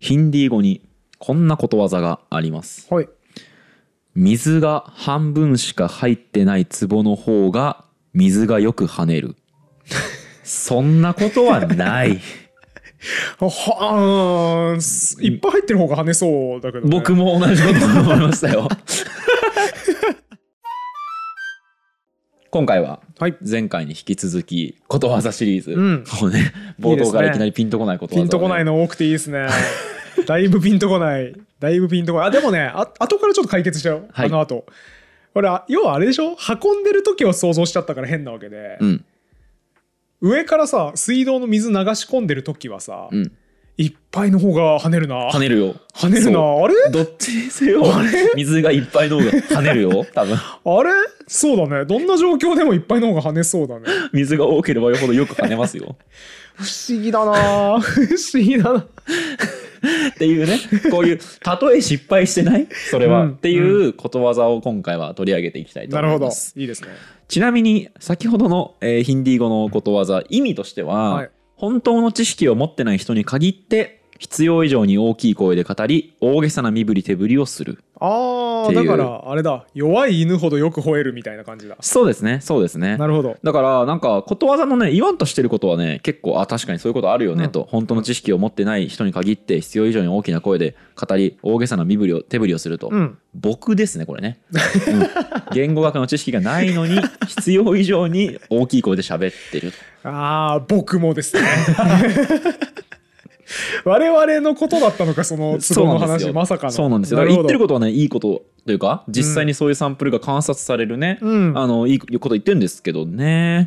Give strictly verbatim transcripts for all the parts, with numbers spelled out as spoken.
ヒンディー語にこんなことわざがあります。 はい。 水が半分しか入ってない壺の方が水がよく跳ねる。そんなことはない。 はあ、いっぱい入ってる方が跳ねそうだけどね。 僕も同じこと思いましたよ。今回は前回に引き続きことわざシリーズ、うん、もうね冒頭からいきなりピンとこないことわざ、ね、 ピンとこないの多くていいですね。だいぶピンとこないだいぶピンとこない。あでもねあ後からちょっと解決しちゃう、はい、あの後これ要はあれでしょ、運んでる時を想像しちゃったから変なわけで、うん、上からさ水道の水流し込んでる時はさ、うん、いっぱいの方が跳ねるな。 跳ねるよ。 跳ねるな。あれどっちにせよ水がいっぱいの方が跳ねるよ多分。 あれそうだね、どんな状況でもいっぱいの方が跳ねそうだね。 水が多ければよほどよく跳ねますよ。 不思議だな不思議だなっていうね、こういうたとえ失敗してないそれは、うん、っていうことわざを今回は取り上げていきたいと思います。 なるほど、いいですね。 ちなみに先ほどの、えー、ヒンディー語のことわざ意味としては、はい、本当の知識を持ってない人に限って必要以上に大きい声で語り大げさな身振り手振りをする。 ああ、だからあれだ、弱い犬ほどよく吠えるみたいな感じだ。 そうですね、そうですね。 なるほど。 だからなんかことわざのね言わんとしてることはね結構あ確かにそういうことあるよね、うん、と本当の知識を持ってない人に限って必要以上に大きな声で語り大げさな身振りを手振りをすると、うん、僕ですねこれね、うん、言語学の知識がないのに必要以上に大きい声で喋ってる。 ああ僕もですね。我々のことだったのかそのツボの話。まさかの。そうなんですよ。だから言ってることはねいいことというか実際にそういうサンプルが観察されるね、うん、あのいいこと言ってるんですけどね、うん、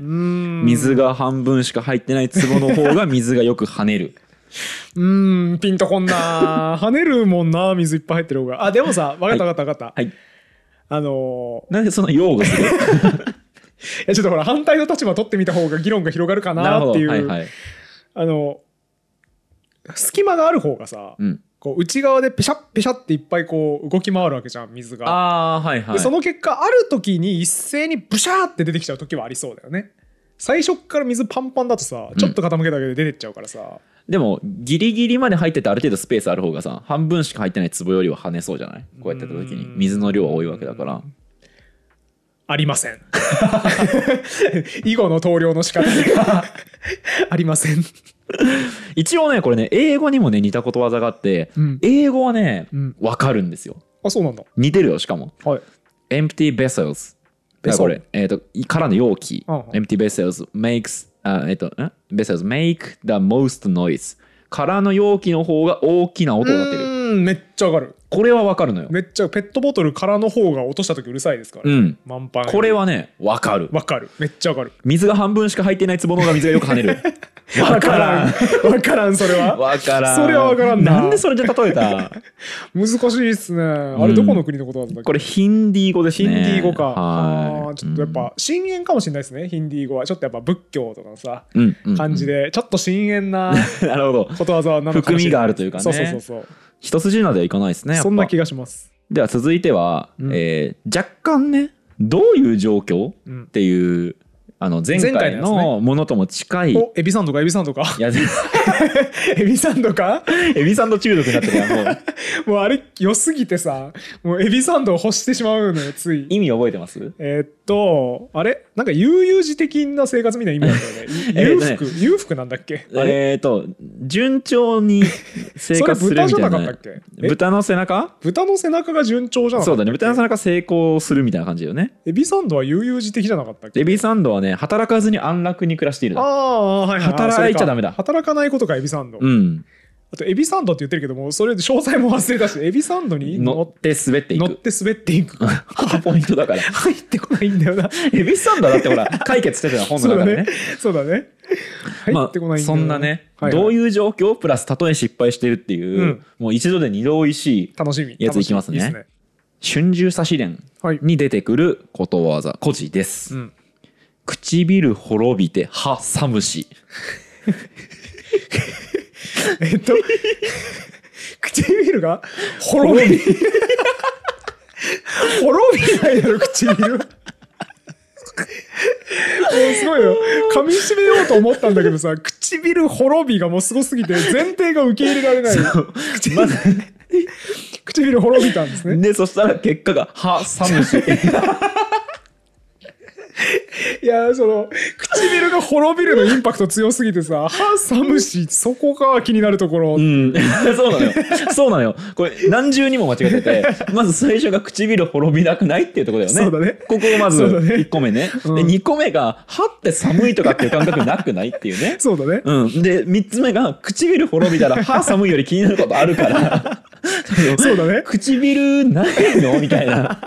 水が半分しか入ってない壺の方が水がよく跳ねる。 うーんピンとこんな。跳ねるもんな水いっぱい入ってる方が。あでもさ分かった分かった分かった、はい、あのー、 なんでその擁護する。いやちょっとほら反対の立場取ってみた方が議論が広がるかなっていう、はいはい、あの隙間がある方がさ、うん、こう内側でペシャッペシャッっていっぱいこう動き回るわけじゃん水が。 あ、はいはい、 でその結果ある時に一斉にブシャーって出てきちゃう時はありそうだよね。最初から水パンパンだとさちょっと傾けただけで出てっちゃうからさ、うん、 でもギリギリまで入っててある程度スペースある方がさ半分しか入ってない壺よりは跳ねそうじゃない。こうやってやった時に水の量は多いわけだから。 ありません。囲碁の投了の仕方がありません。 一応ねこれね英語にもね似たことわざがあって、うん、英語はね、うん、分かるんですよ。 あそうなんだ。 似てるよしかも、はい、empty vessels だからこれ、えー、と空の容器、uh-huh. empty vessels makes あえっ、ー、とん vessels make the most noise 空の容器の方が大きな音が鳴ってる。 うんめっちゃわかる。 これはわかるのよ。 めっちゃペットボトル空の方が落とした時うるさいですから、ね、うん、満杯。 これはねわかるわかるめっちゃわかる。 水が半分しか入ってない壺の方が水がよく跳ねる。わからんわからんそれはわからん。 それはわからんな。 なんでそれで例えた。 難しいっすね。あれどこの国のことなんだっけ、うん、 これヒンディー語ですね。 ヒンディー語か。はい。ちょっとやっぱ深淵かもしれないですね、うん、ヒンディー語はちょっとやっぱ仏教とかのさ、うんうんうん、感じでちょっと深淵ななるほどことわざなのかもしれない。 含みがあるというかね。 そうそうそうそう。 一筋縄ではいかないですね。 そんな気がします。 では続いては、うんえー、若干ねどういう状況、うん、っていうあの前回のものとも近い。 おエビサンドかエビサンドか。 いやエビサンドか。 エビサンド中毒になってるやんもう。 もうあれ良すぎてさもうエビサンドを欲してしまうのよつい。 意味覚えてます？ えー、っとあれなんか悠々自適な生活みたいな意味なんだよね。裕福、ね、裕福なんだっけ。 えー、っと順調に生活するみたいな。 それ豚じゃなかったっけ。 豚の背中？ 豚の背中が順調じゃなかったっけ。 そうだね、豚の背中成功するみたいな感じよね。 エビサンドは悠々自適じゃなかったっけ。 エビサンドはね働かずに安楽に暮らしているだ。 あ、はいはい、 働いちゃダメだ。 働かないことかエビサンド。 うん。 あとエビサンドって言ってるけどもそれで詳細も忘れたしエビサンドに乗って滑っていく。 乗って滑っていく。ここポイントだから。 入ってこないんだよな。 エビサンドだってほら解決してた本の中でね。 そうだね。そうだね。入ってこないんだよな。まあ、 そんなね、はいはい、どういう状況プラスたとえ失敗してるっていう、うん、もう一度で二度おいしい楽しみやついきますね。いいですね。春秋差し伝に出てくることわざ古事です。うん、唇滅びて歯寒し。 えっと唇が滅び滅びないだろ唇。 すごいよ。噛み締めようと思ったんだけどさ、唇滅びがもうすごすぎて前提が受け入れられない。まず唇滅びたんですね。 でそしたら結果が歯寒し。 いやその唇が滅びるのインパクト強すぎてさ、歯寒し、そこが気になるところ。 うんそうなのよそうなのよ。これ何重にも間違えてて、まず最初が唇滅びなくないっていうところだよね。 そうだね。 ここがまずいっこめね。うん、でにこめが歯って寒いとかっていう感覚なくないっていうね。 そうだね。 うん。でみっつめが唇滅びたら歯寒いより気になることあるから。 そうだね。 唇ないのみたいな。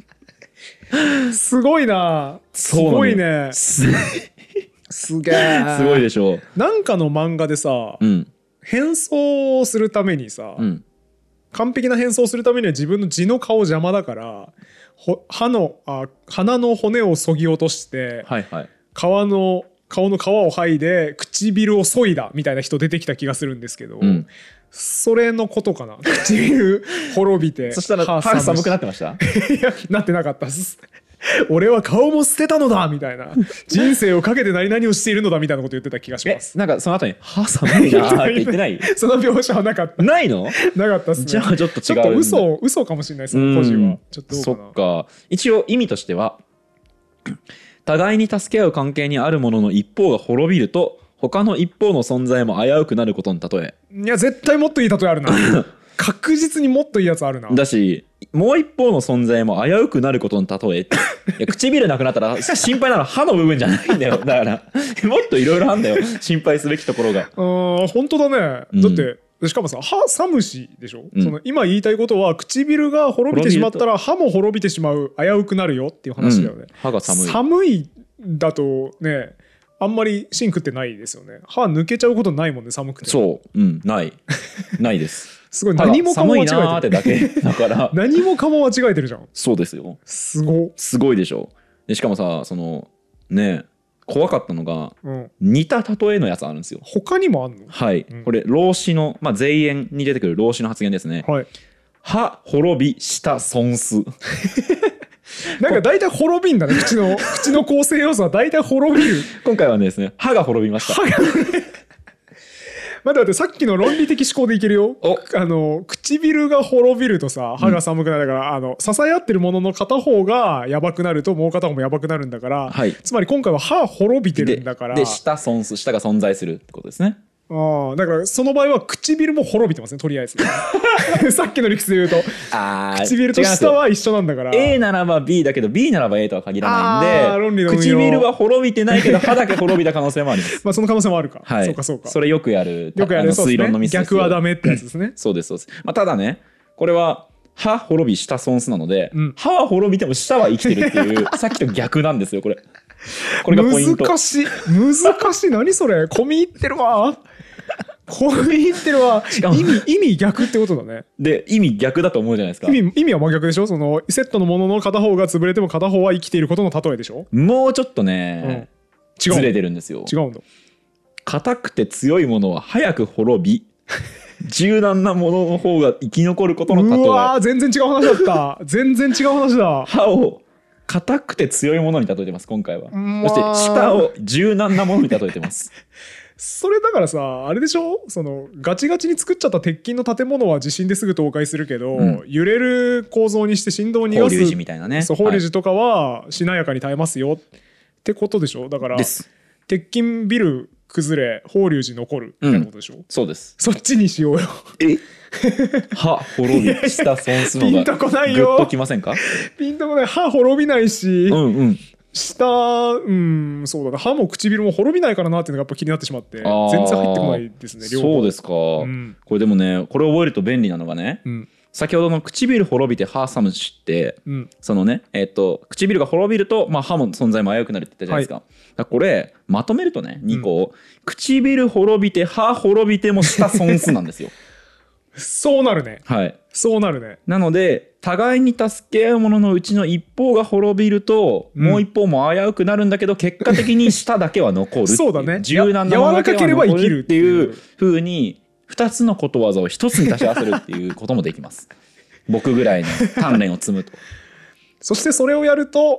すごいな。すごいね。すげえ。 すごいでしょう。 なんかの漫画でさ、うん、変装をするためにさ、うん、完璧な変装をするためには自分の地の顔邪魔だから歯のあ鼻の骨をそぎ落として、はいはい、皮の顔の皮を剥いで唇を削いだみたいな人出てきた気がするんですけど、うん、それのことかな。唇滅びてそしたら歯寒くなってました？ いやなってなかったっす。俺は顔も捨てたのだみたいな、人生をかけて何々をしているのだみたいなこと言ってた気がします。 えなんかその後に歯寒いなって言ってない？ その描写はなかった。 ないの？ なかったっすね。 じゃあちょっと違う。 ちょっと嘘嘘かもしれないですね。個人はちょっとどうかな。 そっか。一応意味としては互いに助け合う関係にあるものの一方が滅びると他の一方の存在も危うくなることに例え。 いや絶対もっといい例えあるな。確実にもっといいやつあるな。 だしもう一方の存在も危うくなることに例え。いや唇なくなったら心配なのは歯の部分じゃないんだよ。だからもっといろいろあるんだよ心配すべきところが。 あー本当だね、うん、だってしかもさ歯寒しでしょ、うん、その今言いたいことは唇が滅びてしまったら歯も滅びてしまう、危うくなるよっていう話だよね、うん、 歯が寒い。 寒いだとねあんまり芯食ってないですよね。歯抜けちゃうことないもんね、寒くて。 そううんないないです。 すごい何もかも間違えてる。 寒いなーってだけだから何もかも間違えてるじゃん。 そうですよ。 すごすごいでしょ。でしかもさそのね怖かったのが、うん、似た例えのやつあるんですよ。 他にもあんの？ はい、うん、これ老子の、まあ、前言に出てくる老子の発言ですね。はい、歯滅び舌損す。 なんか大体滅びんだね。口の口の構成要素は大体滅びる。 今回はですね歯が滅びました。歯が待って待って、さっきの論理的思考でいけるよ。あの唇が滅びるとさ歯が寒くなるから、うん、あの支え合ってるものの片方がやばくなるともう片方もやばくなるんだから、はい、つまり今回は歯滅びてるんだから、 で舌損す舌が存在するってことですね。 ああだからその場合は唇も滅びてますねとりあえず。さっきの理屈で言うとあ唇と舌は一緒なんだから A ならば B だけど B ならば A とは限らないんで唇は滅びてないけど歯だけ滅びた可能性もあります。 まあその可能性もあるか、 はい、 そうかそうか。 それよくやるよくやる推論のミスです。 逆はダメってやつですね。 そうですそうです、まあ、ただねこれは歯滅び舌損すなので、うん、歯は滅びても舌は生きてるっていうさっきと逆なんですよこれ。これがポイント。 難しい難しい。何それ込み入ってるわ。こう言ってるは意味意味逆ってことだね。 で意味逆だと思うじゃないですか。 意味意味は真逆でしょ。そのセットのものの片方が潰れても片方は生きていることの例えでしょ。 もうちょっとね、うん、ずれてるんですよ。 違うんだ。 硬くて強いものは早く滅び柔軟なものの方が生き残ることの例え。 うわ全然違う話だった。全然違う話だ。 歯を硬くて強いものに例えてます今回は。そして舌を柔軟なものに例えてます。 それだからさあれでしょ。そのガチガチに作っちゃった鉄筋の建物は地震ですぐ倒壊するけど、うん、揺れる構造にして振動を逃がす法隆寺みたいなね。 そう法隆寺とかはしなやかに耐えますよ、はい、ってことでしょ。だから鉄筋ビル崩れ法隆寺残るみたいなことでしょ、うん、 そうです。 そっちにしようよ。 え歯滅び舌損すのがピンとこないよ。 グッときませんか。 ピンとこない。歯滅びないし、うんうん下うんそうだね歯も唇も滅びないからなっていうのがやっぱ気になってしまって全然入ってこないですね両方。 そうですか、うん、これでもねこれ覚えると便利なのがね、うん、先ほどの唇滅びて歯寒しって、うん、そのねえっと唇が滅びると、まあ、歯も存在も危うくなるって言ったじゃないですか、はい、だからこれまとめるとねにこ、うん、唇滅びて歯滅びても舌損すなんですよ。 そうなるね。 はいそうなるね。 なので互いに助け合うもののうちの一方が滅びると、うん、もう一方も危うくなるんだけど結果的に舌だけは残る。 そうだね。 柔軟なものだけは残るっていう風にふたつのことわざをひとつに足し合わせるっていうこともできます。僕ぐらいの鍛錬を積むと。 そしてそれをやると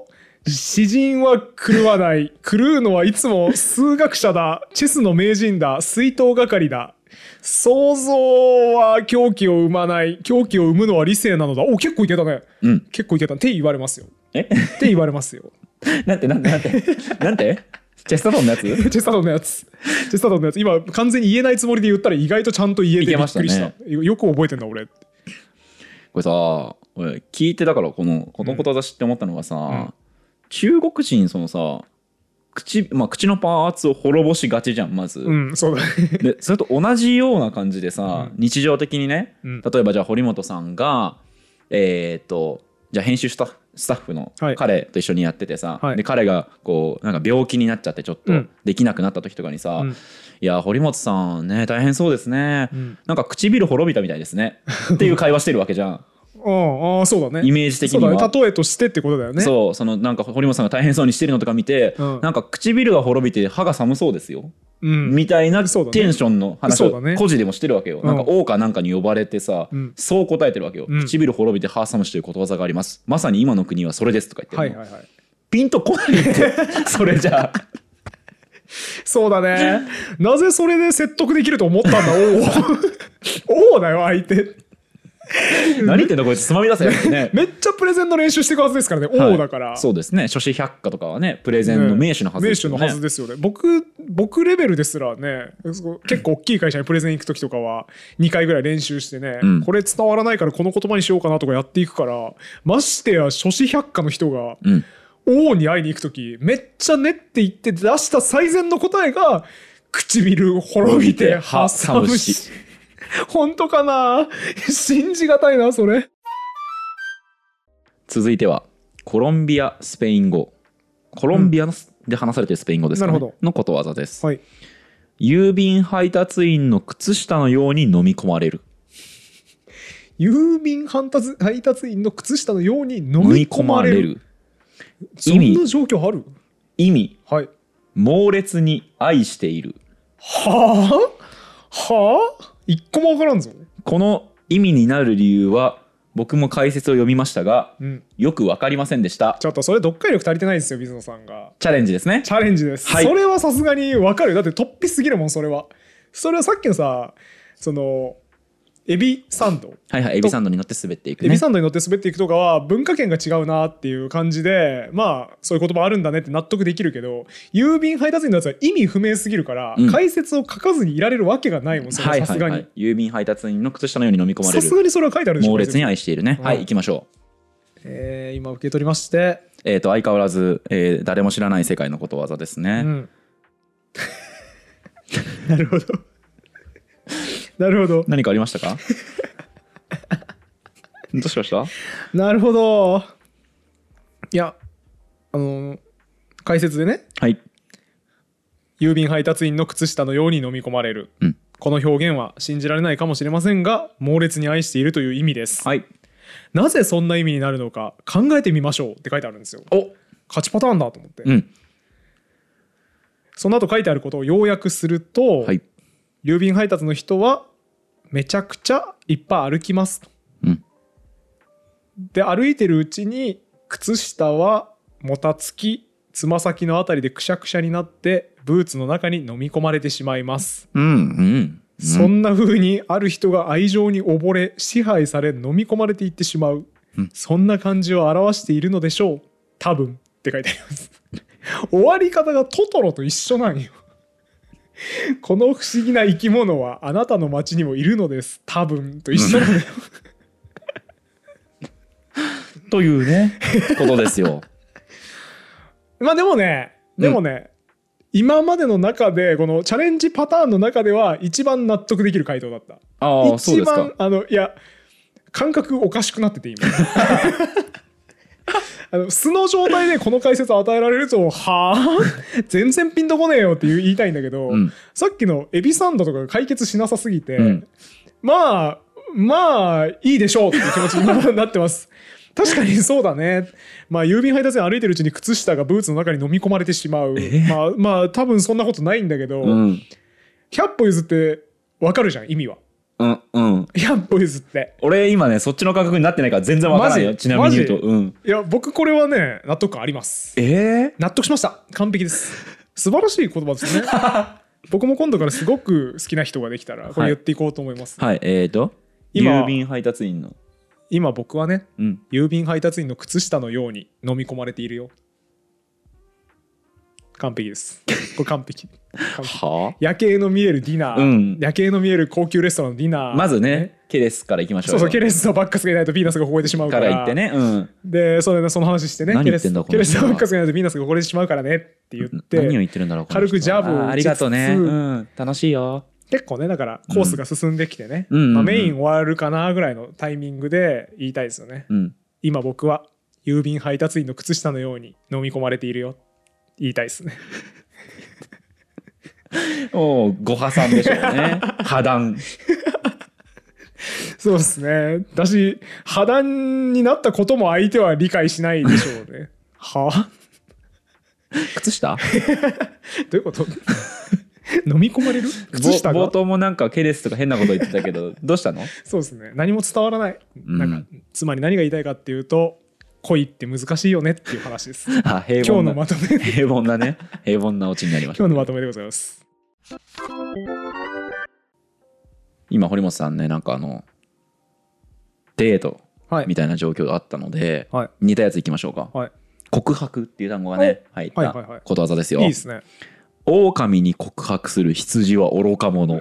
詩人は狂わない。狂うのはいつも数学者だ。チェスの名人だ。水筒係だ。想像は狂気を生まない。狂気を生むのは理性なのだ。お、結構いけたね。うん、結構いけたって言われますよ。えって言われますよ。 なんてなんてなんてなんてチェスタドンのやつチェスタドンのやつチェスタドンのやつ今完全に言えないつもりで言ったら意外とちゃんと言えてびっくりした。いけましたね。よく覚えてんだ俺。これさ、俺聞いてだからこのこのことわざ知って思ったのがさ、うん、中国人そのさ口、まあ、口のパーツを滅ぼしがちじゃんまず、 うん、そうだね。 でそれと同じような感じでさ、うん、日常的にね、うん、例えばじゃあ堀本さんがえー、っとじゃあ編集スタッフスタッフの彼と一緒にやっててさ、はい、で彼がこうなんか病気になっちゃってちょっとできなくなった時とかにさ、うん、いや堀本さんね大変そうですね、うん、なんか唇滅びたみたいですねっていう会話してるわけじゃん。 ああそうだね。 イメージ的にはそうだね、例えとしてってことだよね。 そうそのなんか堀本さんが大変そうにしてるのとか見て、うん、なんか唇が滅びて歯が寒そうですよ、うん、みたいなテンションの話を個人でもしてるわけよ、ね、なんか王かなんかに呼ばれてさ、うん、そう答えてるわけよ、うん、唇滅びて歯寒しということわざがあります、まさに今の国はそれですとか言ってるの、はいはいはい、ピンとこないってそれじゃあそうだね。なぜそれで説得できると思ったんだ王王だよ相手何言ってんだこいつつまみ出せねめっちゃプレゼンの練習していくはずですからね、はい、王だから。 そうですね。諸子百科とかはねプレゼンの名手のはずですよね。 名手のはずですよね。僕僕レベルですらね結構大きい会社にプレゼン行く時とかはにかいぐらい練習してね、うん、これ伝わらないからこの言葉にしようかなとかやっていくから、ましてや諸子百科の人が、うん、王に会いに行く時めっちゃ練って言って出した最善の答えが唇滅びて歯寒し本当かな信じがたいなそれ。 続いてはコロンビアスペイン語、コロンビアで話されているスペイン語ですかね、うん、のことわざです、はい、郵便配達員の靴下のように飲み込まれる。 郵便配達配達員の靴下のように飲み込まれる。そんな状況ある？ 意味、はい、猛烈に愛している。 はあはあ一個も分からんぞ。 この意味になる理由は僕も解説を読みましたが、うん、よく分かりませんでした。 ちょっとそれ読解力足りてないですよ水野さんが。 チャレンジですね。 チャレンジです、はい、それはさすがに分かる。だって突飛すぎるもんそれは。それはさっきのさそのエビサンド、 はいはい、エビサンドに乗って滑っていく、ね、 エビサンドに乗って滑っていくとかは文化圏が違うなっていう感じで、まあそういう言葉あるんだねって納得できるけど、郵便配達員のやつは意味不明すぎるから、うん、解説を書かずにいられるわけがないもん。さすがに郵便配達員の靴下のように飲み込まれる。 さすがにそれは書いてあるでしょ。 猛烈に愛しているね、うん、はい行きましょう。 えー、今受け取りまして、 えーと相変わらず、えー、誰も知らない世界のことわざですね、うん、 なるほどなるほど。 何かありましたかどうしました？ なるほど。いやあの解説でね、はい、郵便配達員の靴下のように飲み込まれる、うん、この表現は信じられないかもしれませんが猛烈に愛しているという意味です、はい、なぜそんな意味になるのか考えてみましょうって書いてあるんですよ。お勝ちパターンだと思って、うん、その後書いてあることを要約すると、はい、郵便配達の人はめちゃくちゃいっぱい歩きますと、うん、で歩いてるうちに靴下はもたつきつま先のあたりでくしゃくしゃになってブーツの中に飲み込まれてしまいます、うんうんうん、そんな風にある人が愛情に溺れ支配され飲み込まれていってしまう、うん、そんな感じを表しているのでしょう多分って書いてあります終わり方がトトロと一緒なんよこの不思議な生き物はあなたの町にもいるのです多分と一緒なんだよというねことですよまあでもねでもね、うん、今までの中でこのチャレンジパターンの中では一番納得できる回答だった。ああ、そうですか。一番あのいや感覚おかしくなってて今あの素の状態でこの解説を与えられるとはあ全然ピンとこねえよって言いたいんだけど、うん、さっきのエビサンドとかが解決しなさすぎて、うん、まあまあいいでしょうっていう気持ちに今なってます確かにそうだね。まあ郵便配達員歩いてるうちに靴下がブーツの中に飲み込まれてしまう、えー、まあまあ多分そんなことないんだけど、うん、ひゃっぽ譲って分かるじゃん意味は。 うんうん百歩譲って。 俺今ねそっちの感覚になってないから全然わからないよ。ちなみに言うと、うん、 いや僕これはね納得感あります。 えー、 納得しました。完璧です。素晴らしい言葉ですね。僕も今度からすごく好きな人ができたらこれ言っていこうと思います、 はい、はい、えーと郵便配達員の今僕はね、 うん、 郵便配達員の靴下のように飲み込まれているよ。完璧です。これ完璧。完璧はあ、夜景の見えるディナー、うん、夜景の見える高級レストランのディナー、 まずねケレスから行きましょう。 そうそうケレスとバッカスがいないとヴィーナスがここえてしまうから。 から行ってね、うん、 でそれでその話してね、 何言ってんだケレスとバッカスがいないとヴィーナスがここえてしまうからねって言って何を言ってるんだろう軽くジャブを打ちつつ、あ, ありがとうね、うん、楽しいよ。 結構ねだからコースが進んできてね、うんまあ、メイン終わるかなぐらいのタイミングで言いたいですよね、うん、今僕は郵便配達員の靴下のように飲み込まれているよ言いたいですね。 もうご破産でしょうね。破談。 そうですね。だし破談になったことも相手は理解しないでしょうね。はあ靴下どういうこと飲み込まれる靴下が冒頭もなんかケレスとか変なこと言ってたけどどうしたの？ そうですね。何も伝わらない、うん、なんかつまり何が言いたいかっていうと恋って難しいよねっていう話です。 あ、平凡な今日のまとめ平凡なね平凡なオチになりました。 今日のまとめでございます。 今堀本さんねなんかあのデートみたいな状況があったので、はい、似たやついきましょうか、はい、告白っていう単語がね入ったことわざですよ。 いいですね。 狼に告白する羊は愚か者。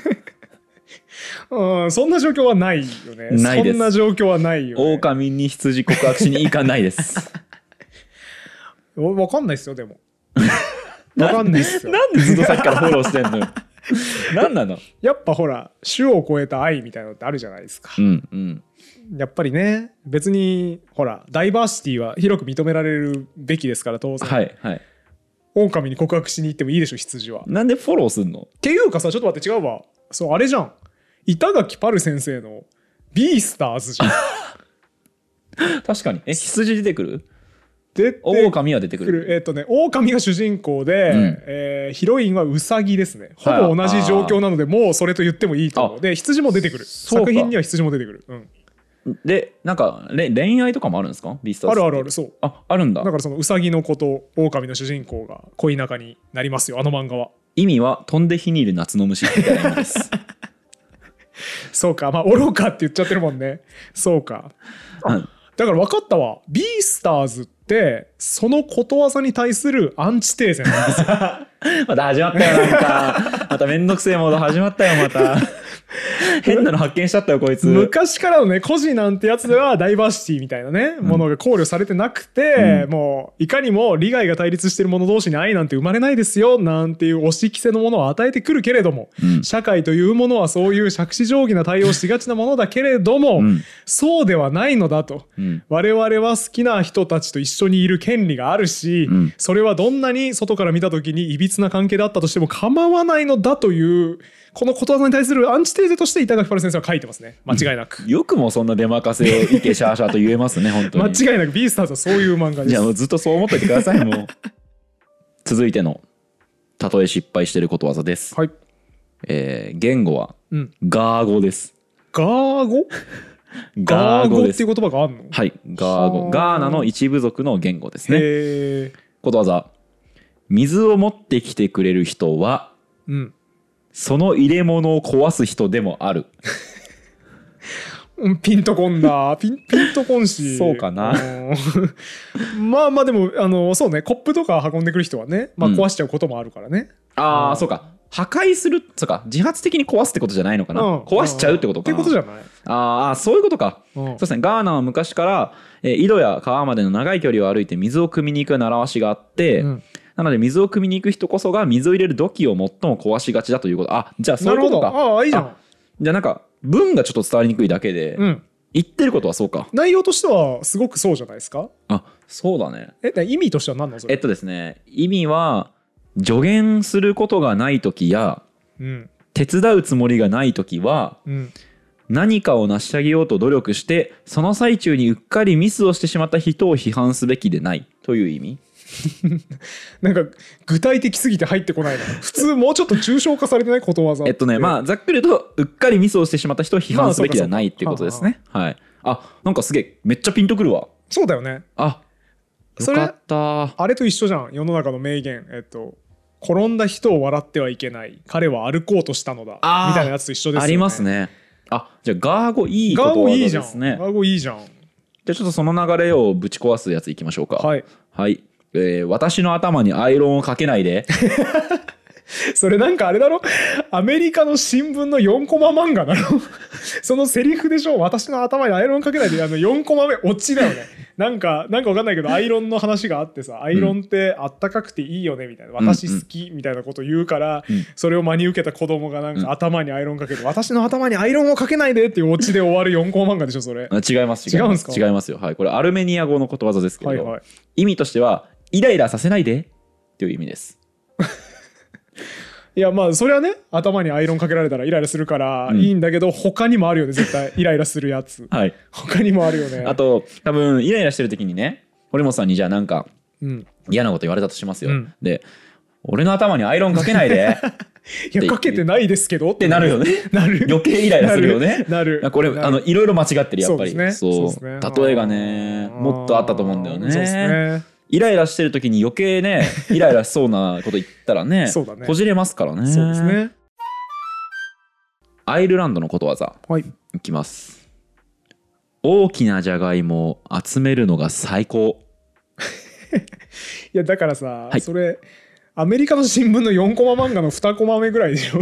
うん、そんな状況はないよね。 ないです。 そんな状況はないよね。 狼に羊告白しに行かないです。 わかんないですよでも。わかんないっすよ。 なんでずっとさっきからフォローしてんのよ。なんなの？ やっぱほら種を超えた愛みたいなのってあるじゃないですか。 うんうん。 やっぱりね別にほらダイバーシティは広く認められるべきですから当然。 はいはい。 狼に告白しに行ってもいいでしょ羊は。 なんでフォローすんの？ っていうかさちょっと待って違うわ。そうあれじゃん。板垣パル先生のビースターズじゃん。確かに。え羊出てくる？ 出て狼は出てくる。 えっとね狼が主人公で、うんえー、ヒロインはウサギですね。ほぼ同じ状況なのでもうそれと言ってもいいと思う。で羊も出てくる。作品には羊も出てくる。うんでなんか恋愛とかもあるんですか？ビースターズあるあるある。そう。 ああるんだ。 だからそのウサギの子と狼の主人公が恋仲になりますよあの漫画は。 意味は飛んで火にいる夏の虫みたいな意味です。 そうかまあ愚かって言っちゃってるもんね。そうか、うん、だから分かったわ。ビースターズってそのことわざに対するアンチテーゼなんですよ。 また始まったよなんかまためんどくせえモード始まったよまた。変なの発見しちゃったよこいつ。 昔からのね孤児なんてやつではダイバーシティみたいなね、うん、ものが考慮されてなくて、うん、もういかにも利害が対立してる者同士に愛なんて生まれないですよなんていう押し着せのものを与えてくるけれども、うん、社会というものはそういう杓子定規な対応しがちなものだけれども、うん、そうではないのだと、うん、我々は好きな人たちと一緒にいる権利があるし、うん、それはどんなに外から見た時にいびつな関係であったとしても構わないのだというこのことわざに対するアンチテーゼとして板垣パル先生は書いてますね。間違いなく、 うん、よくもそんな出任せをいけシャーシャーと言えますね本当に。 間違いなくビースターズはそういう漫画です。 いやもうずっとそう思っておいてくださいもう。続いてのたとえ失敗していることわざです、はいえー、言語は、うん、ガー語です。 ガー語ガー語っていう言葉があるの？ はいガー語。ガーナの一部族の言語ですね。へことわざ。水を持ってきてくれる人は、うんその入れ物を壊す人でもある。 ピンとこんだ。ピン、ピンとこんし。 そうかな。 まあまあでもあのそうねコップとか運んでくる人はね、まあ、壊しちゃうこともあるからね。 うん、ああそうか破壊するそうか自発的に壊すってことじゃないのかな、うん、壊しちゃうってことかな。 ってことじゃない。 ああそういうことか。うん、そうですね。ガーナは昔から、えー、井戸や川までの長い距離を歩いて水を汲みに行く習わしがあって、うんなので水を汲みに行く人こそが水を入れる土器を最も壊しがちだということ。あじゃあそういうことか。 ああいいじゃん。 じゃあなんか文がちょっと伝わりにくいだけで、うん、言ってることはそうか。 内容としてはすごくそうじゃないですか。 あそうだね。 え意味としては何なのそれ。 えっとですね意味は助言することがない時や、うん、手伝うつもりがない時は、うん、何かを成し遂げようと努力してその最中にうっかりミスをしてしまった人を批判すべきでないという意味。 なんか具体的すぎて入ってこないな。普通もうちょっと抽象化されてないことわざって。 えっとねまあざっくり言うとうっかりミスをしてしまった人を批判すべきではないっていうことですね。はい。あなんかすげえめっちゃピンとくるわ。 そうだよね。 あよかった。 あれと一緒じゃん。世の中の名言、えっと転んだ人を笑ってはいけない、彼は歩こうとしたのだみたいなやつと一緒ですよね。 ありますね。あじゃあガーゴいいことわざですね。 ガーゴいいじゃん。ガーゴいいじゃん。 じゃあちょっとその流れをぶち壊すやついきましょうか。 はい、 はいえー、私の頭にアイロンをかけないでそれなんかあれだろ、アメリカの新聞のよんコマ漫画だろそのセリフでしょ。私の頭にアイロンかけないで、あのよんコマ目オチだよね。なんかなんか分かんないけどアイロンの話があってさ、アイロンってあったかくていいよねみたいな、うん、私好きみたいなこと言うから、うん、それを真に受けた子供がなんか頭にアイロンかけて、うん、私の頭にアイロンをかけないでっていうオチで終わるよんコマ漫画でしょそれ。 違います違います違いますよ。はいこれアルメニア語のことわざですけど、はいはい、意味としてはイライラさせないでっていう意味です。 いやまあそれはね、頭にアイロンかけられたらイライラするからいいんだけど、うん、他にもあるよね絶対イライラするやつ、はい、他にもあるよね。 あと多分イライラしてる時にね、堀本さんにじゃあなんか嫌なこと言われたとしますよ、うん、で俺の頭にアイロンかけないでいやかけてないですけどってなるよね。なる余計イライラするよね。 なるこれあのいろいろ間違ってるやっぱり。 そうですね。 そうそうですね。例えがねもっとあったと思うんだよね。そうですね。イライラしてる時に余計ねイライラしそうなこと言ったらねそうだねこじれますからね。 そうですね。 アイルランドのことわざ、はい、いきます。大きなじゃがいもを集めるのが最高いやだからさ、はい、それアメリカの新聞のよんコマ漫画のにコマ目ぐらいでしょ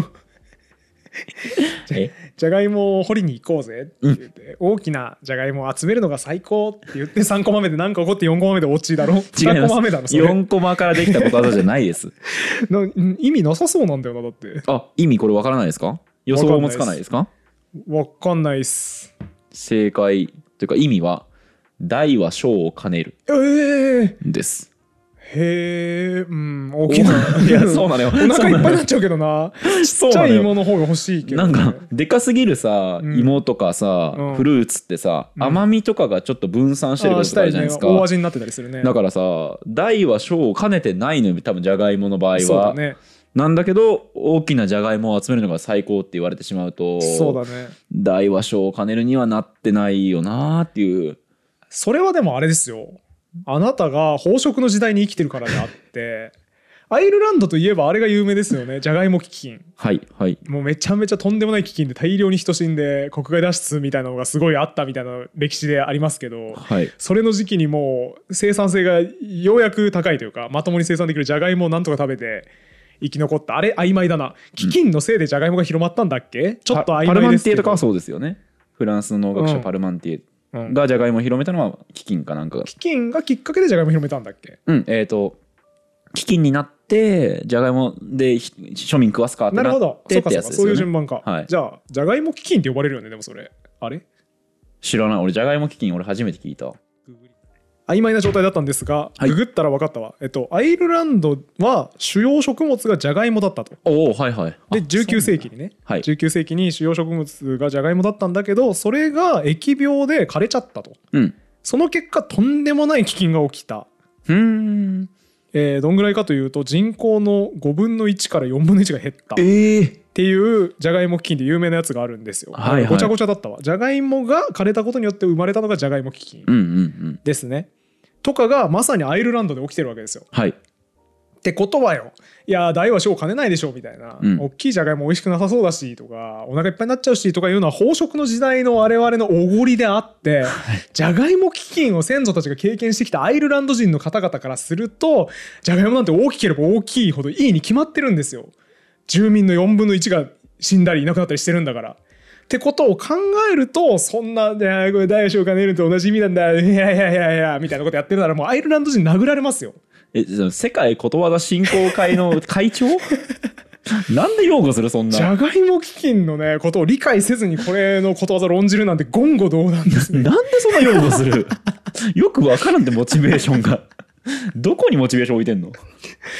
じゃがいもを掘りに行こうぜって言って、うん、大きなじゃがいもを集めるのが最高って言ってさんコマ目で何か起こってよんコマ目でオチだろ。にコマ目だろそれ。 よんコマからできたことわざじゃないですな意味なさそうなんだよな。だってあ意味これわからないですか。予想もつかないですか。 わかんないっす。 正解というか意味は大は小を兼ねるです、 えー、へえ、うん、大きな。 いやそうなのよ。お腹いっぱいになっちゃうけどな。ちっちゃい芋の方が欲しいけど、ね、 なんかでかすぎるさ、うん、芋とかさ、うん、フルーツってさ、うん、甘みとかがちょっと分散してることとかあるじゃないですか。 大味になってたりするね。 だからさ大は小を兼ねてないのよ多分じゃがいもの場合は。そうだね。なんだけど大きなじゃがいもを集めるのが最高って言われてしまうと、 そうだね。 大は小を兼ねるにはなってないよなっていう。 それはでもあれですよ。あなたが飽食の時代に生きてるからであってアイルランドといえばあれが有名ですよね。じゃがいも飢饉。 はいはい。 もうめちゃめちゃとんでもない飢饉で大量に人死んで国外脱出みたいなのがすごいあったみたいな歴史でありますけど、はい、それの時期にもう生産性がようやく高いというかまともに生産できるじゃがいもをなんとか食べて生き残った。あれ曖昧だな。飢饉のせいでじゃがいもが広まったんだっけ、うん、ちょっと曖昧ですけど。パルマンティエとかはそうですよね。フランスの農学者パルマンティエ、うん、がじゃがいもを広めたのは飢饉かなんか。 飢饉がきっかけでじゃがいもを広めたんだっけ。 うんえっ、ー、と飢饉になってじゃがいもで庶民食わすかってなってってやつですよね。なるほど。そうかそうか、 そういう順番か、はい、じゃあじゃがいも飢饉って呼ばれるよね。でもそれあれ知らない。俺じゃがいも飢饉俺初めて聞いた。 曖昧な状態だったんですが、はい、ググったら分かったわ。えっとアイルランドは主要食物がじゃがいもだったと。 おおはいはい。 でじゅうきゅう世紀にね、はい、じゅうきゅう世紀に主要食物がじゃがいもだったんだけど、それが疫病で枯れちゃったと、うん、その結果とんでもない飢饉が起きた。 うーん、 えー、どんぐらいかというと人口のごぶんのいちからよんぶんのいちが減った、 えー、 っていうじゃがいも飢饉で有名なやつがあるんですよ、はいはい、ごちゃごちゃだったわ。じゃがいもが枯れたことによって生まれたのがじゃがいも飢饉ですね、うんうんうん、とかがまさにアイルランドで起きてるわけですよ。 はい。 ってことはよ、いや大は小を兼ねないでしょみたいな、うん、大きいじゃがいも美味しくなさそうだしとかお腹いっぱいになっちゃうしとかいうのは飽食の時代の我々のおごりであって、じゃがいも飢饉を先祖たちが経験してきたアイルランド人の方々からするとじゃがいもなんて大きければ大きいほどいいに決まってるんですよ。住民のよんぶんのいちが死んだりいなくなったりしてるんだから。ってことを考えるとそんな「これ大は小を兼ねると同じ意味なんだいやいやいやいや」みたいなことやってるならもうアイルランド人殴られますよ。 え世界ことわざ振興会の会長なんで擁護するそんな。 じゃがいも飢饉のねことを理解せずにこれのことわざ論じるなんて言語道断ですね。 なんでそんな擁護するよくわからんでモチベーションがどこにモチベーション置いてんの。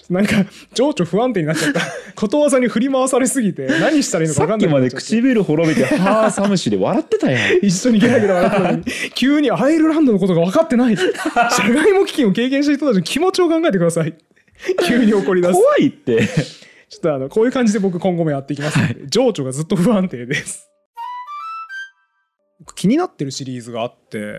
なんか情緒不安定になっちゃったことわざに振り回されすぎて何したらいいのか分かんない。 さっきまで唇滅びてはあサムシで笑ってたやん一緒にゲラゲラ笑ってたのに急にアイルランドのことが分かってない。社外も危機を経験した人たちの気持ちを考えてください。急に怒り出す。 怖いってちょっとあのこういう感じで僕今後もやっていきますので、はい、情緒がずっと不安定です。気になってるシリーズがあって、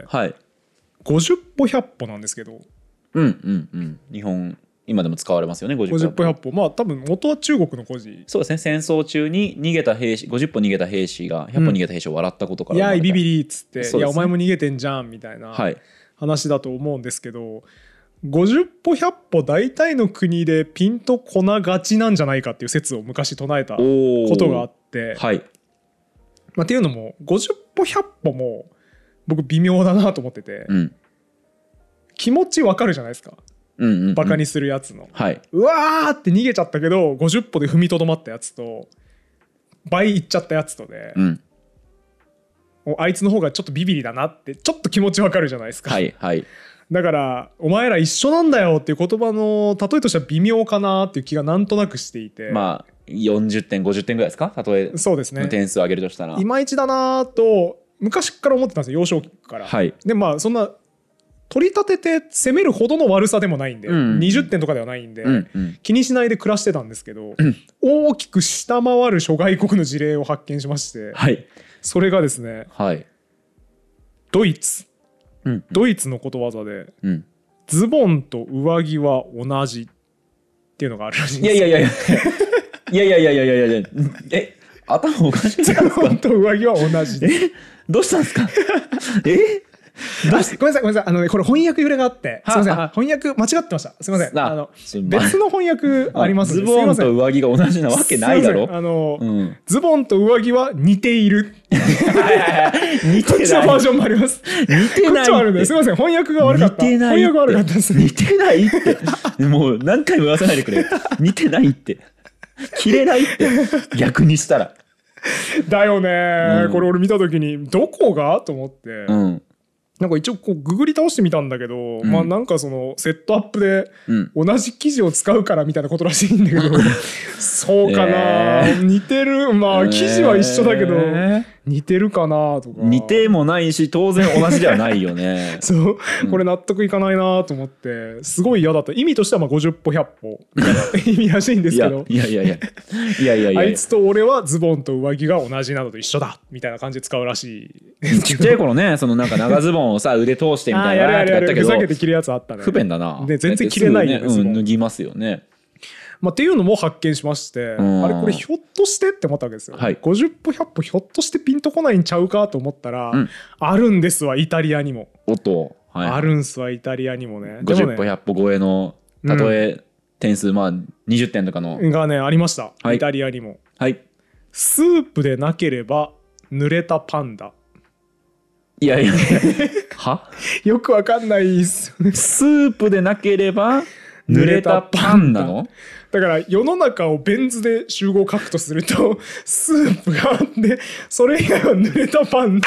はい、 ごじゅっぽひゃっぽなんですけど、 うんうんうん、日本今でも使われますよね。ごじゅっぽひゃっぽ、まあ多分元は中国の故事。 そうですね。戦争中に逃げた兵士ごじゅっぽ逃げた兵士がひゃっぽ逃げた兵士を笑ったことから、 うん、いやビビリっつって、 ね、 いやお前も逃げてんじゃんみたいな話だと思うんですけど、ごじゅっぽひゃっぽ大体の国でピンとこながちなんじゃないかっていう説を昔唱えたことがあって、 はい、 まあ、っていうのもごじゅっぽひゃっぽも僕微妙だなと思ってて、うん、気持ちわかるじゃないですか。うんうんうん、バカにするやつの、はい、うわーって逃げちゃったけどごじゅっぽで踏みとどまったやつと倍いっちゃったやつとで、うん、あいつの方がちょっとビビリだなってちょっと気持ちわかるじゃないですか。 はいはい、 だからお前ら一緒なんだよっていう言葉の例えとしては微妙かなっていう気がなんとなくしていて、 まあよんじゅってんごじゅってんぐらいですか、例えそうですね、 点数を上げるとしたらいまいちだなと昔から思ってたんですよ、幼少期から。はい、でまあそんな取り立てて攻めるほどの悪さでもないんで、うんうん、にじゅってんとかではないんで、うんうん、気にしないで暮らしてたんですけど、うん、大きく下回る諸外国の事例を発見しまして、はい、それがですね、はい、ドイツ、うん、ドイツのことわざで、うん、ズボンと上着は同じっていうのがあるらしいんですよ。 いやいやいやいやいやいやいやいやいやいやいやえ頭おかしくないですか。 ズボンと上着は同じ。 えどうしたんですかえごめんなさいごめんなさい、あのねこれ翻訳揺れがあってすみません、翻訳間違ってました、すみません、あの別の翻訳ありますので、ズボンと上着が同じなわけないだろ。 あの、うん、ズボンと上着は似ている似てないこっちのバージョンもあります。似てないって、すみません翻訳が悪かった、翻訳が悪かったです。 似てないってもう何回も言わせないでくれ似てないって着れないって逆にしたらだよね、うん、これ俺見た時にどこがと思って、うん、なんか一応こうググり倒してみたんだけど、うん、まあなんかそのセットアップで同じ生地を使うからみたいなことらしいんだけど、うん、そうかな、えー、似てる、まあ生地は一緒だけど、えー、似てるかなとか。 似てもないし当然同じではないよねそう、うん、これ納得いかないなと思ってすごい嫌だった。意味としてはまあごじゅっぽひゃっぽみたいな意味らしいんですけどいやいやいやいやいやいやあいつと俺はズボンと上着が同じなのと一緒だみたいな感じで使うらしい。 ちっちゃい頃ね、そのなんか長ズボンをさ腕通してみたいなやったけど、ふざけて着るやつあったね。 不便だな。 で全然着れないよね、 うん、脱ぎますよね。 まあ、っていうのも発見しまして、うん、あれこれひょっとしてって思ったわけですよ、はい、ごじゅっぽひゃっぽひょっとしてピンとこないんちゃうかと思ったら、うん、あるんですわイタリアにも。 おっと、はい、 あるんすわイタリアにもね。 ごじゅっぽひゃっぽ超えの例え点数、うん、まあにじゅってんとかのがねありました、はい、イタリアにも。はい、スープでなければ濡れたパンダ。 いやいやはよくわかんないっすスープでなければ濡れたパンなの？ だから世の中をベン図で集合書くとするとスープがあってそれ以外は濡れたパン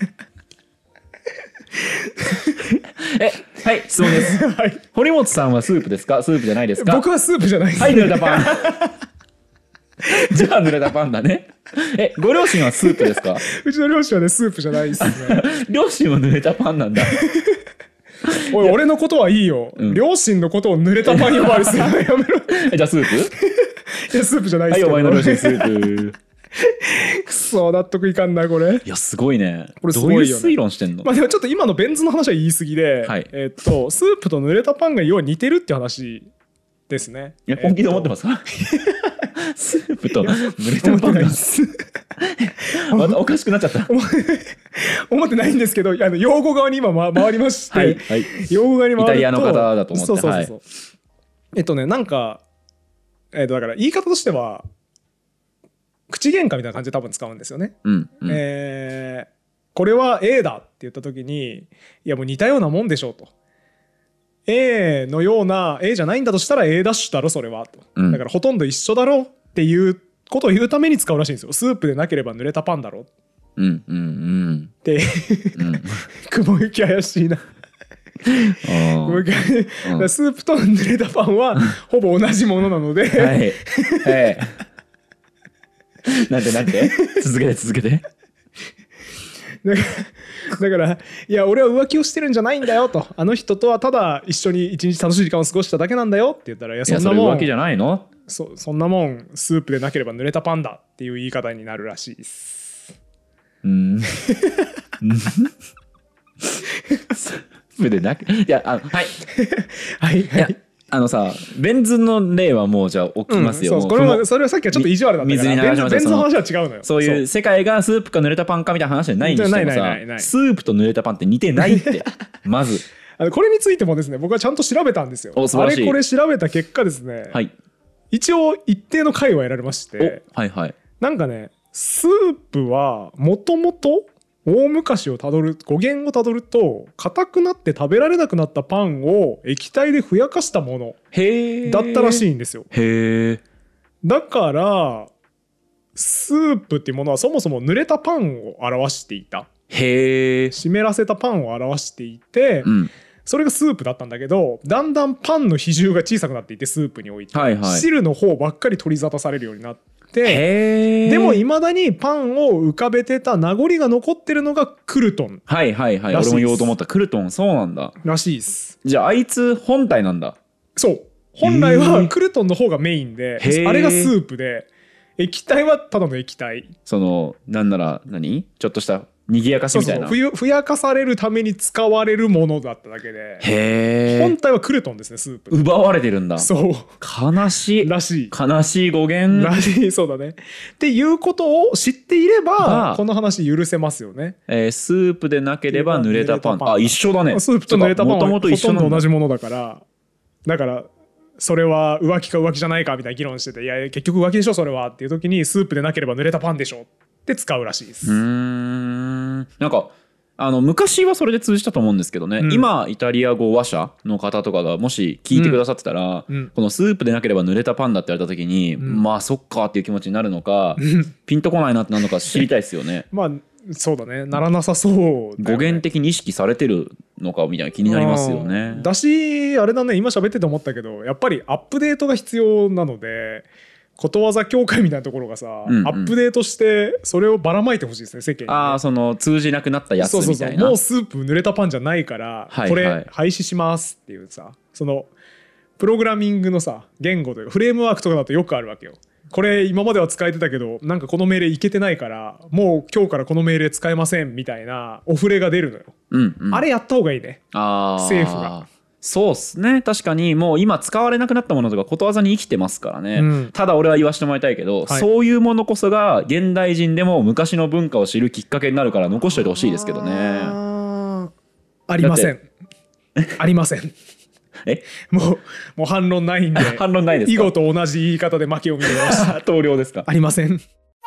えはい質問です、はい、堀本さんはスープですかスープじゃないですか？ 僕はスープじゃないです。 はい濡れたパンじゃあ濡れたパンだね。えご両親はスープですか？ うちの両親はねスープじゃないですね両親は濡れたパンなんだおい俺のことはいいよ、うん、両親のことを濡れたパン呼ばわりするのやめろえじゃあスープいやスープじゃないですけど、 はいお前の両親スープくそ納得いかんなこれ。 いやすごいね。これすごいよね。どういう推論してんの？ まあでもちょっと今のベン図の話は言い過ぎで、はい、えー、っとスープと濡れたパンが要は似てるって話ですね。 いや本気で思ってますか？スープと濡れたパンがまたおかしくなっちゃった思ってないんですけど、あの用語側に今回りまして、はいはい、用語側に回るとイタリアの方だと思って、 そうそうそうそう、はい、えっとねなんか、えー、とだから言い方としては口喧嘩みたいな感じで多分使うんですよね、うんうん、えー、これは A だって言った時にいやもう似たようなもんでしょうと、 A のような A じゃないんだとしたら A ダッシュだろそれはと、うん、だからほとんど一緒だろっていうことを言うために使うらしいんですよ。スープでなければ濡れたパンだろうんうんうんって雲行き怪しいなもう一回、うん、スープと濡れたパンはほぼ同じものなので、はい、 はい、なんてなんて続けて続けてだからだからいや俺は浮気をしてるんじゃないんだよと、あの人とはただ一緒に一日楽しい時間を過ごしただけなんだよって言ったら、いやそんなもん浮気じゃないの、 そ, そんなもんスープでなければ濡れたパンだっていう言い方になるらしいです。 うんスープでなくいやあのはいはいはい、 あのさベン図の例はもうじゃあ置きますよ、 うん、そうこれはそれはさっきはちょっと意地悪だったから水に流しまベン図の話は違うのよ。 そういう世界がスープか濡れたパンかみたいな話じゃないにしてもさ、スープと濡れたパンって似てないってまずあのこれについてもですね僕はちゃんと調べたんですよ。あれこれ調べた結果ですね、はい、一応一定の解は得られまして、 はいはい、 なんかねスープはもともと大昔をたどる語源をたどると硬くなって食べられなくなったパンを液体でふやかしたものだったらしいんですよ。 へー。 だからスープっていうものはそもそも濡れたパンを表していた。 へー。 湿らせたパンを表していて、うん、それがスープだったんだけど、だんだんパンの比重が小さくなっていてスープにおいて、はいはい、汁の方ばっかり取り沙汰されるようになって、でもいまだにパンを浮かべてた名残が残ってるのがクルトン。 はいはいはい、俺も言おうと思った。クルトン、そうなんだらしいです。 じゃああいつ本体なんだ。 そう、本来はクルトンの方がメインで、あれがスープで液体はただの液体。 そのなんなら何ちょっとした賑やかしみたいな。 そうそう、ふやかされるために使われるものだっただけで、 へ本体はクルトンですね。スープ奪われてるんだ。 そう悲しいらしい悲しい語源らしい。そうだね。っていうことを知っていればこの話許せますよね。 えー、スープでなければ濡れたパン。あ、一緒だね。 スープと濡れたパンはほとんど同じものだから、だからそれは浮気か浮気じゃないかみたいな議論してて、いや結局浮気でしょそれはっていう時に、スープでなければ濡れたパンでしょって使うらしいです。 うーん、なんかあの昔はそれで通じたと思うんですけどね、うん、今イタリア語話者の方とかがもし聞いてくださってたら、うん、このスープでなければ濡れたパンだって言われた時に、うん、まあそっかっていう気持ちになるのか、うん、ピンとこないなってなるのか知りたいですよね。 まあそうだね、ならなさそうだよね。 語源的に意識されてるのかみたいな気になりますよね。 だしあれだね、今喋ってて思ったけど、やっぱりアップデートが必要なので、ことわざ協会みたいなところがさ、うんうん、アップデートしてそれをばらまいてほしいですね、世間にね。 ああ、その通じなくなったやつみたいな。そうそうそう、 もうスープ濡れたパンじゃないから、はいはい、これ廃止しますっていうさ、そのプログラミングのさ言語というかフレームワークとかだとよくあるわけよ。これ今までは使えてたけどなんかこの命令いけてないからもう今日からこの命令使えませんみたいなお触れが出るのよ、うんうん、あれやった方がいいね、あ政府が。 そうっすね、確かにもう今使われなくなったものとかことわざに生きてますからね、うん、ただ俺は言わせてもらいたいけど、はい、そういうものこそが現代人でも昔の文化を知るきっかけになるから残しておいてほしいですけどね。 あ, ありませんありませんえもうもう反論ないんで反論ないですか。 囲碁と同じ言い方で負けを認めました投了ですか。 ありません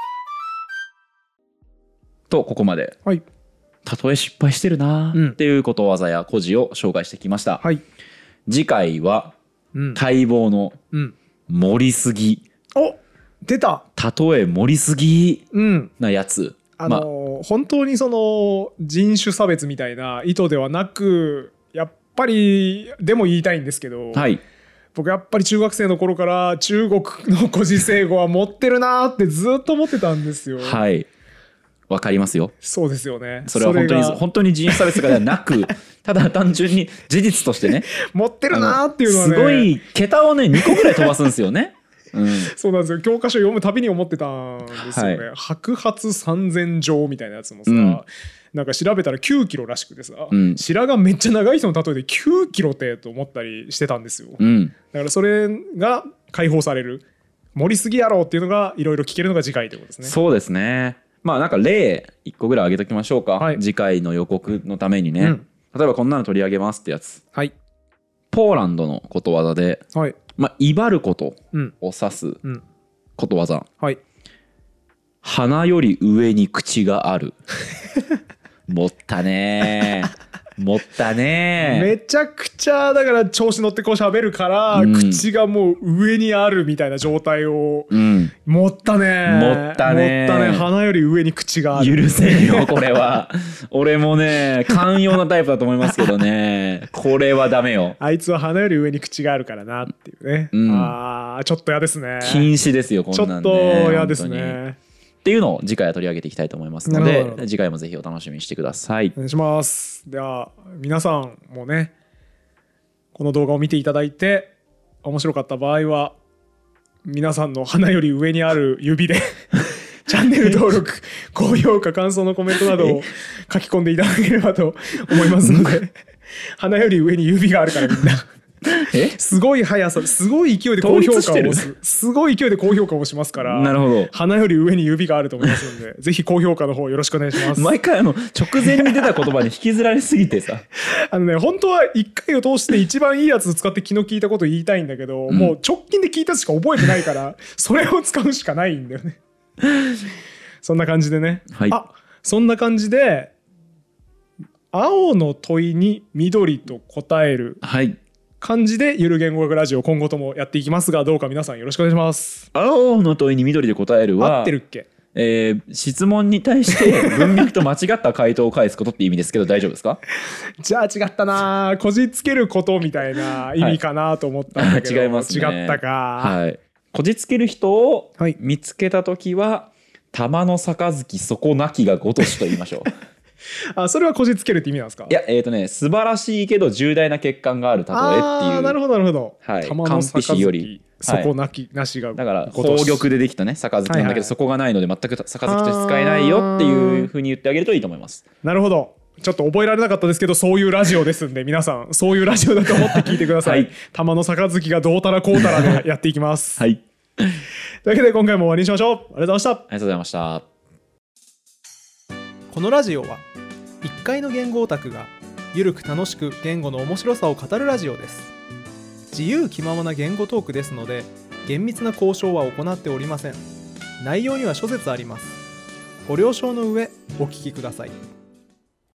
とここまで、はい、たとえ失敗してるなっていうことわざや故事を紹介してきました、はい、次回は、うん、待望の盛りすぎ、 うん、お出たたとえ盛りすぎなやつ、うん、 あのーま、本当にその人種差別みたいな意図ではなく、やっぱりでも言いたいんですけど、はい、僕やっぱり中学生の頃から中国の古事成語は持ってるなってずっと思ってたんですよ。 はい、わかりますよ。 そうですよね。 それは本当に本当に人種差別ではなくただ単純に事実としてね持ってるなっていうのはね、 すごい桁をねにこぐらい飛ばすんですよね。うん、 そうなんですよ。教科書読むたびに思ってたんですよね、はい、白髪三千丈みたいなやつもさ、うん、なんか調べたらきゅうキロらしくてさ、うん、白髪めっちゃ長い人の例えできゅうキロってと思ったりしてたんですよ、うん、だからそれが解放される、盛りすぎやろうっていうのがいろいろ聞けるのが次回ということですね。 そうですね。まあなんか例いっこぐらい挙げときましょうか、はい、次回の予告のためにね、うん、例えばこんなの取り上げますってやつ、はい、ポーランドのことわざで、はい、まあ、威張ることを指すことわざ、うんはい、鼻より上に口がある持ったね持ったね。 めちゃくちゃだから調子乗ってこう喋るから、うん、口がもう上にあるみたいな状態を、うん、持ったね持ったね持ったね鼻より上に口がある。 許せんよこれは俺もね寛容なタイプだと思いますけどねこれはダメよ。 あいつは鼻より上に口があるからなっていうね、うん、あーちょっと嫌ですね。 禁止ですよこんなんね。 ちょっと嫌ですねっていうのを次回は取り上げていきたいと思いますので、次回もぜひお楽しみにしてください。 お願いします。では皆さんもねこの動画を見ていただいて面白かった場合は皆さんの鼻より上にある指でチャンネル登録高評価感想のコメントなどを書き込んでいただければと思いますので鼻より上に指があるからみんなえすごい速さすごい勢いで高評価を押すすごい勢いで高評価をしますから。 なるほど。 鼻より上に指があると思いますのでぜひ高評価の方よろしくお願いします。 毎回あの直前に出た言葉に引きずられすぎてさあのね本当はいっかいを通して一番いいやつ使って気の利いたこと言いたいんだけど、うん、もう直近で聞いたやつしか覚えてないからそれを使うしかないんだよねそんな感じでね、はい、あそんな感じで青の問いに緑と答える、はい感じでゆる言語学ラジオ今後ともやっていきますがどうか皆さんよろしくお願いします。 青の問いに緑で答えるは合ってるっけ、 えー、質問に対して文脈と間違った回答を返すことって意味ですけど大丈夫ですか？ じゃあ違ったなこじつけることみたいな意味かなと思ったんだけど、はい、違いますね。違ったか、 はい、こじつける人を見つけた時は、はい、玉の杯底なきがごとしと言いましょうあそれはこじつけるって意味なんですか？ いやえっ、ー、とね素晴らしいけど重大な欠陥がある例えっていう。 あなるほどなるほど、 はい、玉の杯より底なきなしが、 はい、だから宝玉でできたね杯なんだけど、はいはい、底がないので全く杯として使えないよっていうふうに言ってあげるといいと思います。 なるほど。ちょっと覚えられなかったですけどそういうラジオですんで皆さんそういうラジオだと思って聞いてください、はい、玉の杯がどうたらこうたらでやっていきますはいというわけで今回も終わりにしましょう。ありがとうございました。ありがとうございました。 このラジオはいっかいの言語オタクがゆるく楽しく言語の面白さを語るラジオです。自由気ままな言語トークですので厳密な交渉は行っておりません。内容には諸説あります。ご了承の上お聞きください。